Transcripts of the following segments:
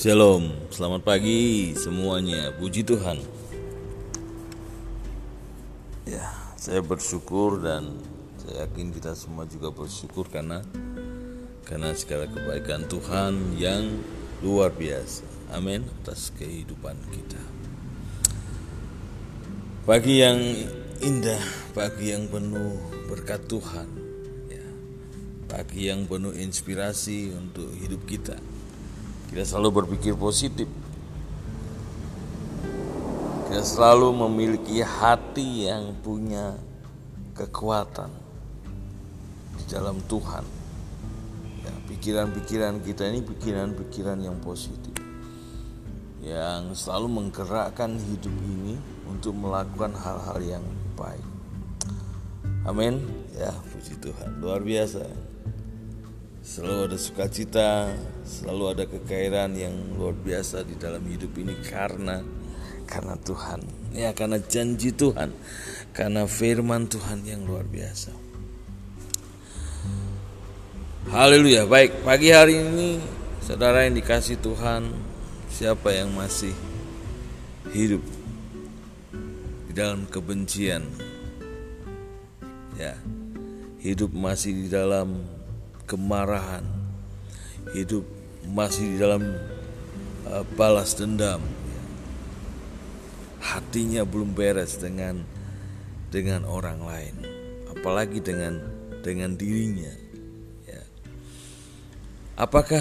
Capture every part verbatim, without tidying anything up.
Shalom, selamat pagi semuanya, puji Tuhan. Ya, saya bersyukur dan saya yakin kita semua juga bersyukur karena karena segala kebaikan Tuhan yang luar biasa. Amin, atas kehidupan kita. Pagi yang indah, pagi yang penuh berkat Tuhan, ya, pagi yang penuh inspirasi untuk hidup kita. Kita selalu berpikir positif. Kita selalu memiliki hati yang punya kekuatan di dalam Tuhan. Ya, pikiran-pikiran kita ini pikiran-pikiran yang positif, yang selalu menggerakkan hidup ini untuk melakukan hal-hal yang baik. Amin. Ya, puji Tuhan, luar biasa. Selalu ada sukacita, selalu ada kekayaan yang luar biasa di dalam hidup ini karena karena Tuhan, ya, karena janji Tuhan, karena firman Tuhan yang luar biasa. Haleluya. Baik, pagi hari ini saudara yang dikasih Tuhan, siapa yang masih hidup di dalam kebencian, ya, hidup masih di dalam kemarahan, hidup masih di dalam uh, balas dendam, hatinya belum beres dengan dengan orang lain, apalagi dengan dengan dirinya, ya. Apakah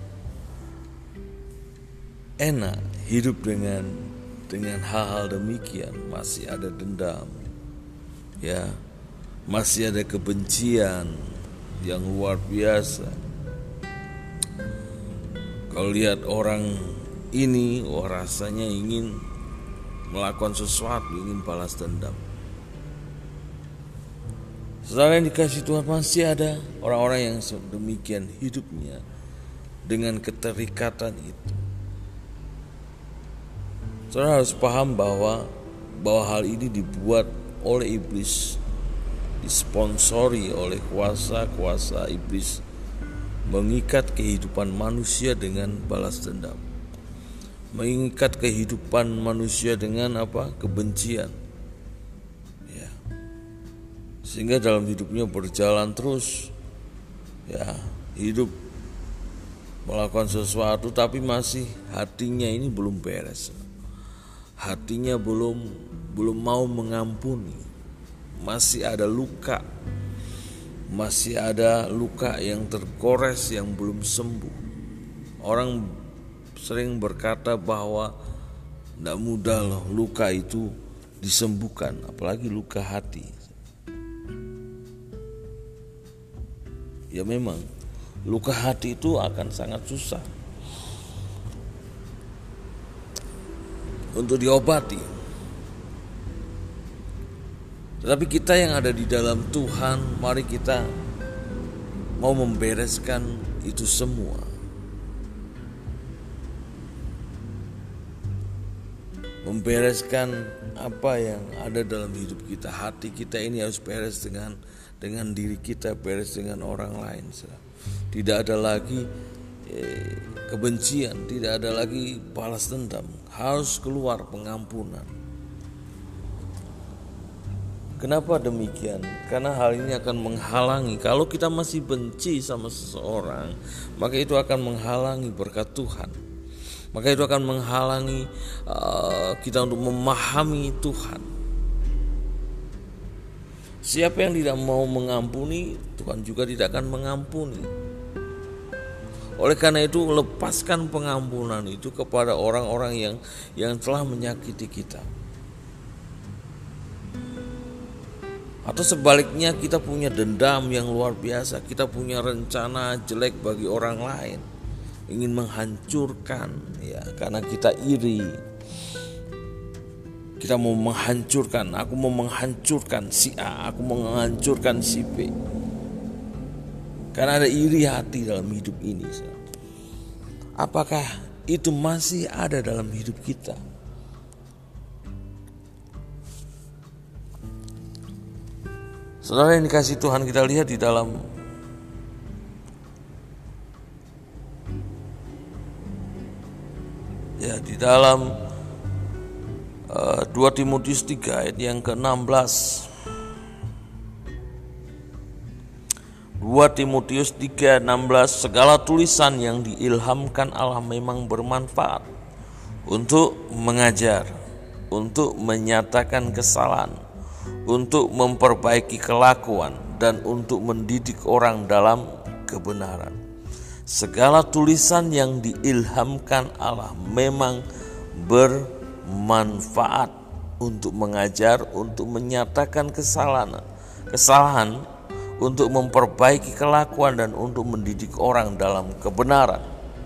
enak hidup dengan dengan hal-hal demikian? Masih ada dendam, ya, masih ada kebencian yang luar biasa. Kalau lihat orang ini, wah, rasanya ingin melakukan sesuatu, ingin balas dendam. Saudara yang dikasih Tuhan, masih ada orang-orang yang demikian hidupnya dengan keterikatan itu. Saudara harus paham bahwa bahwa hal ini dibuat oleh iblis, disponsori oleh kuasa-kuasa iblis, mengikat kehidupan manusia dengan balas dendam, mengikat kehidupan manusia dengan apa? Kebencian, ya. Sehingga dalam hidupnya berjalan terus, ya, hidup melakukan sesuatu tapi masih hatinya ini belum beres, hatinya belum belum mau mengampuni. Masih ada luka, masih ada luka yang tergores yang belum sembuh. Orang sering berkata bahwa tidak mudah loh luka itu disembuhkan, apalagi luka hati. Ya memang luka hati itu akan sangat susah untuk diobati. Tetapi kita yang ada di dalam Tuhan, mari kita mau membereskan itu semua. Membereskan apa yang ada dalam hidup kita. Hati kita ini harus beres dengan dengan diri kita, beres dengan orang lain. Tidak ada lagi eh, kebencian, tidak ada lagi balas dendam. Harus keluar pengampunan. Kenapa demikian? Karena hal ini akan menghalangi. Kalau kita masih benci sama seseorang, maka itu akan menghalangi berkat Tuhan. Maka itu akan menghalangi uh, kita untuk memahami Tuhan. Siapa yang tidak mau mengampuni, Tuhan juga tidak akan mengampuni. Oleh karena itu, lepaskan pengampunan itu kepada orang-orang yang yang telah menyakiti kita. Atau sebaliknya, kita punya dendam yang luar biasa, kita punya rencana jelek bagi orang lain, ingin menghancurkan, ya, karena kita iri. Kita mau menghancurkan, aku mau menghancurkan si A, aku mau menghancurkan si B. Karena ada iri hati dalam hidup ini. Apakah itu masih ada dalam hidup kita? Saudara yang dikasih Tuhan, kita lihat di dalam Ya, di dalam uh, dua Timotius tiga ayat yang ke enam belas. dua Timotius tiga enam belas, segala tulisan yang diilhamkan Allah memang bermanfaat untuk mengajar, untuk menyatakan kesalahan, untuk memperbaiki kelakuan, dan untuk mendidik orang dalam kebenaran. Segala tulisan yang diilhamkan Allah memang bermanfaat untuk mengajar, untuk menyatakan kesalahan, kesalahan, untuk memperbaiki kelakuan, dan untuk mendidik orang dalam kebenaran.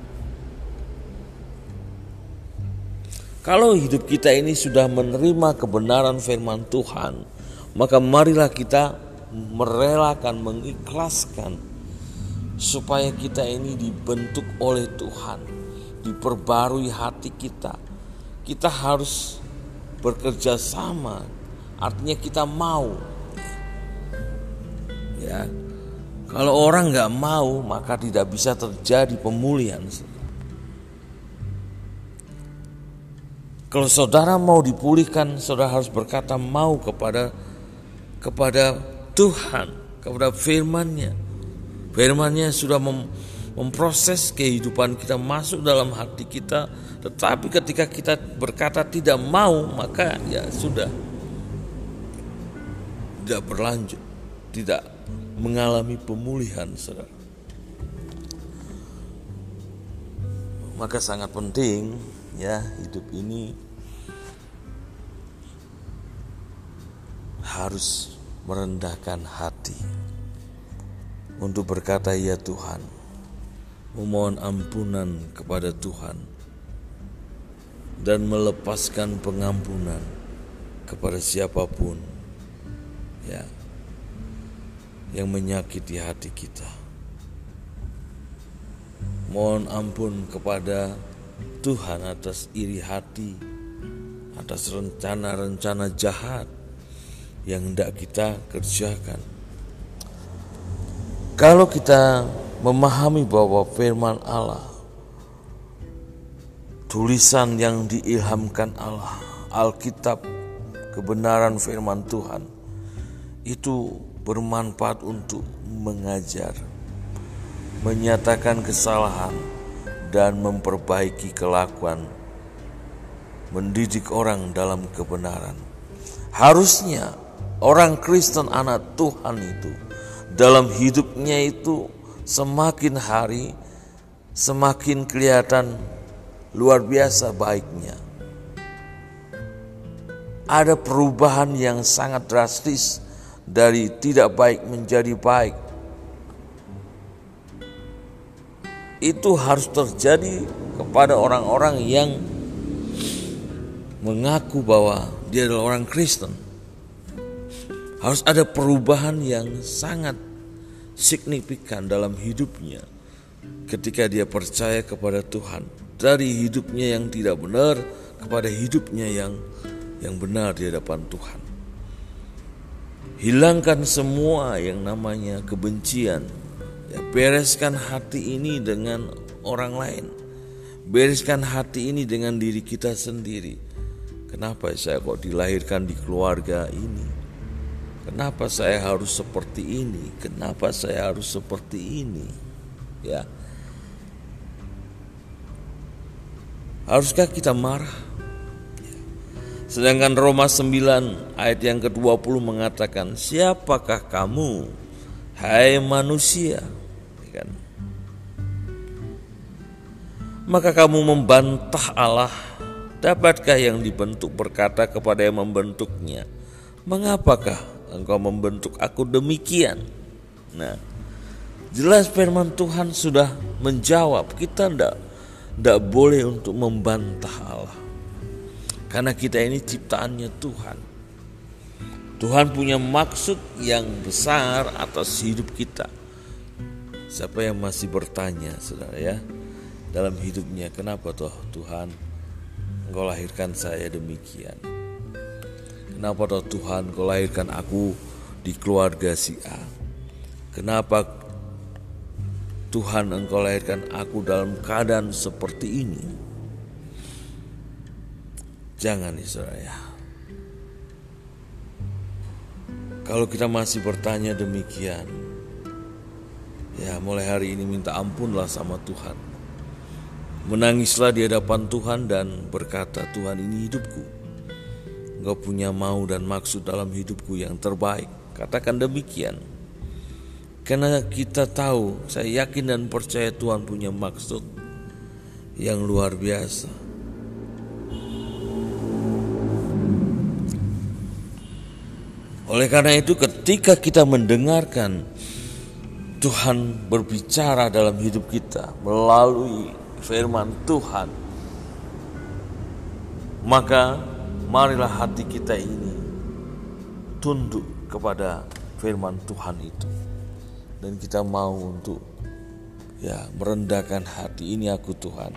Kalau hidup kita ini sudah menerima kebenaran firman Tuhan, maka marilah kita merelakan, mengikhlaskan supaya kita ini dibentuk oleh Tuhan, diperbarui hati kita. Kita harus bekerja sama, artinya kita mau. Ya, kalau orang nggak mau, maka tidak bisa terjadi pemulihan. Kalau saudara mau dipulihkan, saudara harus berkata mau kepada kepada Tuhan, kepada firman-Nya. Firman-Nya sudah mem, memproses kehidupan kita masuk dalam hati kita. Tetapi ketika kita berkata tidak mau, maka ya sudah, tidak berlanjut, tidak mengalami pemulihan, saudara. Maka sangat penting ya, hidup ini harus merendahkan hati untuk berkata ya Tuhan, memohon ampunan kepada Tuhan, dan melepaskan pengampunan kepada siapapun ya yang menyakiti hati kita. Mohon ampun kepada Tuhan atas iri hati, atas rencana-rencana jahat yang hendak kita kerjakan. Kalau kita memahami bahwa firman Allah, tulisan yang diilhamkan Allah, Alkitab, kebenaran firman Tuhan, itu bermanfaat untuk mengajar, menyatakan kesalahan, dan memperbaiki kelakuan, mendidik orang dalam kebenaran. Harusnya orang Kristen, anak Tuhan itu dalam hidupnya itu semakin hari semakin kelihatan luar biasa baiknya. Ada perubahan yang sangat drastis dari tidak baik menjadi baik. Itu harus terjadi kepada orang-orang yang mengaku bahwa dia adalah orang Kristen. Harus ada perubahan yang sangat signifikan dalam hidupnya ketika dia percaya kepada Tuhan, dari hidupnya yang tidak benar kepada hidupnya yang yang benar di hadapan Tuhan. Hilangkan semua yang namanya kebencian, ya, bereskan hati ini dengan orang lain, bereskan hati ini dengan diri kita sendiri. Kenapa saya kok dilahirkan di keluarga ini? Kenapa saya harus seperti ini? Kenapa saya harus seperti ini? Ya. Haruskah kita marah? Sedangkan Roma sembilan ayat yang ke dua puluh mengatakan, siapakah kamu, hai manusia? Kan? Maka kamu membantah Allah. Dapatkah yang dibentuk berkata kepada yang membentuknya, mengapakah engkau membentuk aku demikian? Nah, jelas firman Tuhan sudah menjawab. Kita tidak tidak boleh untuk membantah Allah, karena kita ini ciptaannya Tuhan. Tuhan punya maksud yang besar atas hidup kita. Siapa yang masih bertanya, saudara ya, dalam hidupnya, kenapa toh Tuhan Engkau lahirkan saya demikian? Kenapa toh Tuhan Engkau lahirkan aku di keluarga si A? Kenapa Tuhan Engkau lahirkan aku dalam keadaan seperti ini? Jangan ya saudara ya. Kalau kita masih bertanya demikian, ya mulai hari ini minta ampunlah sama Tuhan. Menangislah di hadapan Tuhan dan berkata, Tuhan, ini hidupku. Engkau punya mau dan maksud dalam hidupku yang terbaik. Katakan demikian. Karena kita tahu, saya yakin dan percaya Tuhan punya maksud yang luar biasa. Oleh karena itu, ketika kita mendengarkan Tuhan berbicara dalam hidup kita melalui firman Tuhan, maka marilah hati kita ini tunduk kepada firman Tuhan itu. Dan kita mau untuk ya merendahkan hati, ini aku Tuhan.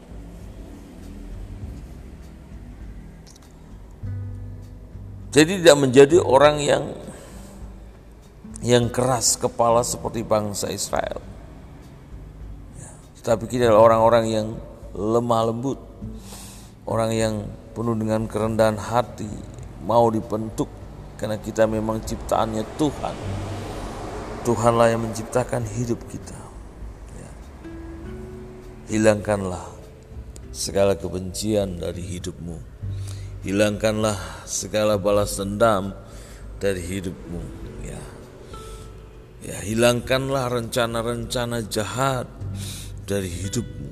Jadi tidak menjadi orang yang yang keras kepala seperti bangsa Israel. Ya, tetapi kita adalah orang-orang yang lemah lembut, orang yang penuh dengan kerendahan hati, mau dibentuk karena kita memang ciptaannya Tuhan. Tuhanlah yang menciptakan hidup kita. Ya. Hilangkanlah segala kebencian dari hidupmu. Hilangkanlah segala balas dendam dari hidupmu. Ya, ya hilangkanlah rencana-rencana jahat dari hidupmu.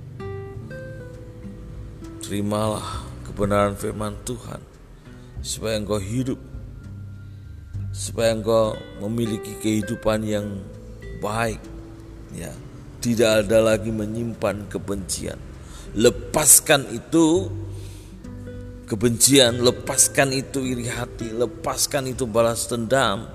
Terimalah kebenaran firman Tuhan supaya engkau hidup, supaya engkau memiliki kehidupan yang baik. Ya, tidak ada lagi menyimpan kebencian. Lepaskan itu kebencian, lepaskan itu iri hati, lepaskan itu balas dendam,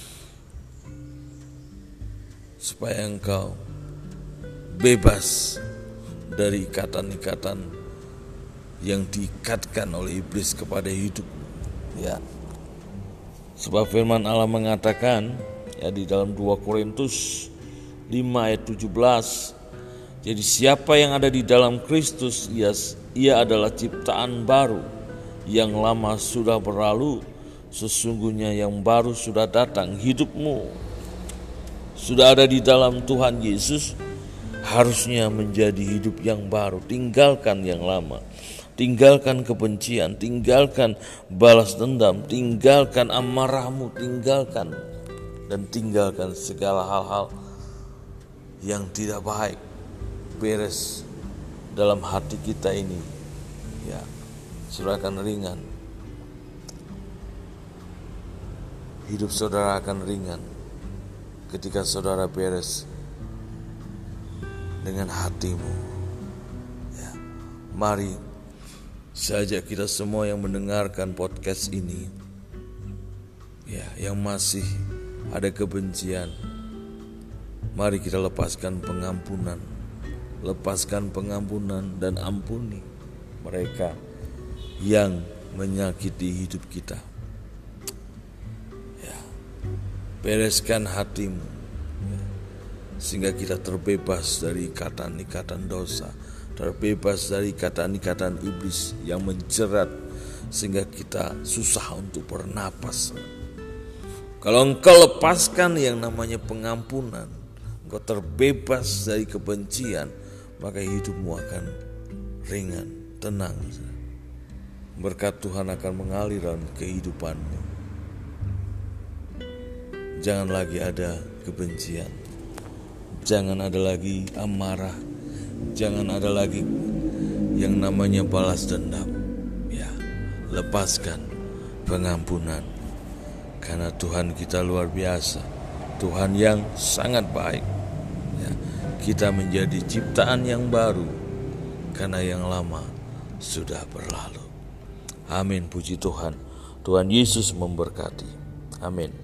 supaya engkau bebas dari ikatan-ikatan yang diikatkan oleh iblis kepada hidupmu. Ya. Sebab firman Allah mengatakan ya di dalam dua Korintus lima ayat tujuh belas, jadi siapa yang ada di dalam Kristus, ia, ia adalah ciptaan baru, yang lama sudah berlalu, sesungguhnya yang baru sudah datang. Hidupmu sudah ada di dalam Tuhan Yesus, harusnya menjadi hidup yang baru. Tinggalkan yang lama, tinggalkan kebencian, tinggalkan balas dendam, tinggalkan amarahmu, tinggalkan dan tinggalkan segala hal-hal yang tidak baik. Beres dalam hati kita ini, ya, saudara akan ringan. Hidup saudara akan ringan ketika saudara beres dengan hatimu. Ya, mari saja kita semua yang mendengarkan podcast ini, ya, yang masih ada kebencian, mari kita lepaskan pengampunan. Lepaskan pengampunan dan ampuni mereka yang menyakiti hidup kita. Ya, bereskan hatimu, ya, sehingga kita terbebas dari ikatan-ikatan dosa, terbebas dari ikatan-ikatan iblis yang menjerat sehingga kita susah untuk bernapas. Kalau engkau lepaskan yang namanya pengampunan, engkau terbebas dari kebencian, maka hidupmu akan ringan, tenang. Berkat Tuhan akan mengalir dalam kehidupanmu. Jangan lagi ada kebencian, jangan ada lagi amarah, jangan ada lagi yang namanya balas dendam. Ya, lepaskan pengampunan, karena Tuhan kita luar biasa, Tuhan yang sangat baik. Ya, kita menjadi ciptaan yang baru karena yang lama sudah berlalu. Amin, puji Tuhan. Tuhan Yesus memberkati. Amin.